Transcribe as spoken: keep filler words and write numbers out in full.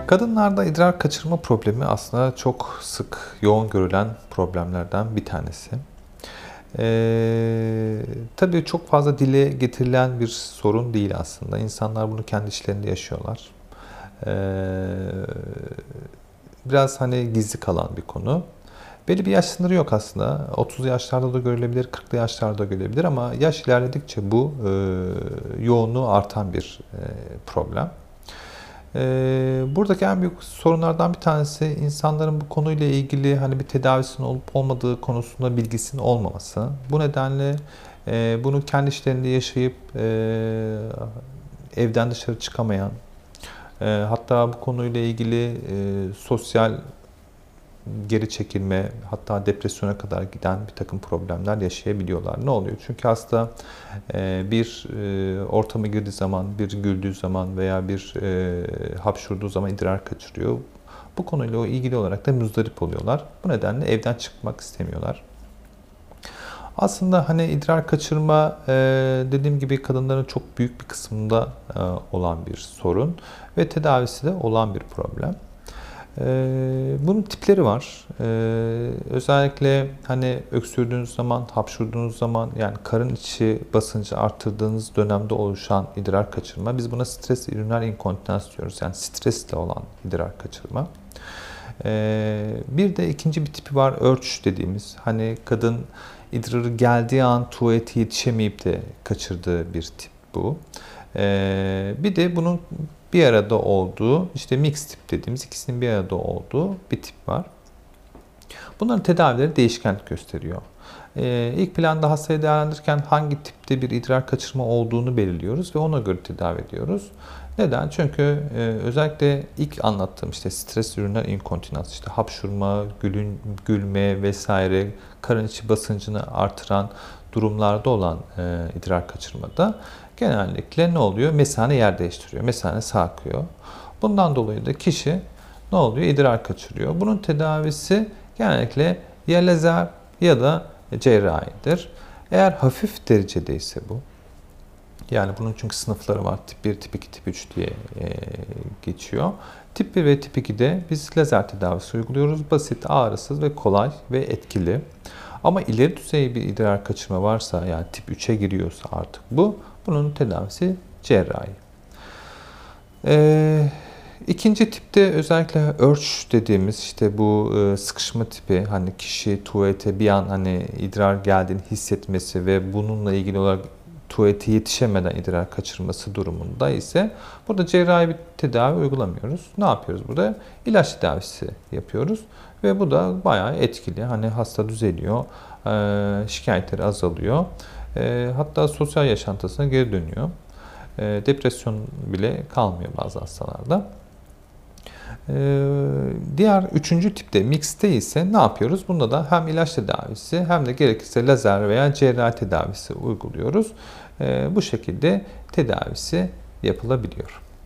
Kadınlarda idrar kaçırma problemi aslında çok sık yoğun görülen problemlerden bir tanesi. Ee, tabii çok fazla dile getirilen bir sorun değil aslında. İnsanlar bunu kendi içlerinde yaşıyorlar. Ee, biraz hani gizli kalan bir konu. Belli bir yaş sınırı yok aslında. otuz yaşlarda da görülebilir, kırklı yaşlarda da görülebilir ama yaş ilerledikçe bu e, yoğunluğu artan bir e, problem. Ee, buradaki en büyük sorunlardan bir tanesi insanların bu konuyla ilgili hani bir tedavisinin olup olmadığı konusunda bilgisinin olmaması. Bu nedenle e, bunu kendi işlerinde yaşayıp e, evden dışarı çıkamayan, e, hatta bu konuyla ilgili e, sosyal geri çekilme, hatta depresyona kadar giden bir takım problemler yaşayabiliyorlar. Ne oluyor? Çünkü hasta bir ortama girdiği zaman, bir güldüğü zaman veya bir hapşurduğu zaman idrar kaçırıyor. Bu konuyla ilgili olarak da muzdarip oluyorlar. Bu nedenle evden çıkmak istemiyorlar. Aslında hani idrar kaçırma dediğim gibi kadınların çok büyük bir kısmında olan bir sorun ve tedavisi de olan bir problem. Ee, bunun tipleri var. Ee, özellikle hani öksürdüğünüz zaman, hapşurduğunuz zaman yani karın içi basıncı arttırdığınız dönemde oluşan idrar kaçırma. Biz buna stres üriner inkontinans diyoruz. Yani stresle olan idrar kaçırma. Ee, bir de ikinci bir tipi var. Urge dediğimiz. Hani kadın idrarı geldiği an tuvalete yetişemeyip de kaçırdığı bir tip bu. Ee, bir de bunun bir arada olduğu, işte mix tip dediğimiz ikisinin bir arada olduğu bir tip var. Bunların tedavileri değişkenlik gösteriyor. Ee, ilk planda hastayı değerlendirirken hangi tipte bir idrar kaçırma olduğunu belirliyoruz ve ona göre tedavi ediyoruz. Neden? Çünkü e, özellikle ilk anlattığım işte stres üriner inkontinans, işte hapşurma, gülün, gülme vesaire, karın içi basıncını artıran durumlarda olan e, idrar kaçırmada genellikle ne oluyor? Mesane yer değiştiriyor. Mesane sarkıyor. Bundan dolayı da kişi ne oluyor? İdrar kaçırıyor. Bunun tedavisi genellikle ya lazer ya da cerrahidir. Eğer hafif derecedeyse bu, yani bunun çünkü sınıfları var. Tip bir, tip iki, tip üç diye e, geçiyor. Tip bir ve tip ikide biz lazer tedavisi uyguluyoruz. Basit, ağrısız ve kolay ve etkili. Ama ileri düzey bir idrar kaçırma varsa, yani tip üçe giriyorsa artık bu, bunun tedavisi cerrahi. Ee, ikinci tipte özellikle urge dediğimiz işte bu e, sıkışma tipi, hani kişi tuvalete bir an hani idrar geldiğini hissetmesi ve bununla ilgili olarak tuvalete yetişemeden idrar kaçırması durumunda ise burada cerrahi bir tedavi uygulamıyoruz. Ne yapıyoruz burada? İlaç tedavisi yapıyoruz ve bu da bayağı etkili. Hani hasta düzeliyor, e, şikayetleri azalıyor. E, hatta sosyal yaşantısına geri dönüyor. E, depresyon bile kalmıyor bazı hastalarda. E, diğer üçüncü tipte mixte ise ne yapıyoruz? Bunda da hem ilaç tedavisi hem de gerekirse lazer veya cerrahi tedavisi uyguluyoruz. E, bu şekilde tedavisi yapılabiliyor.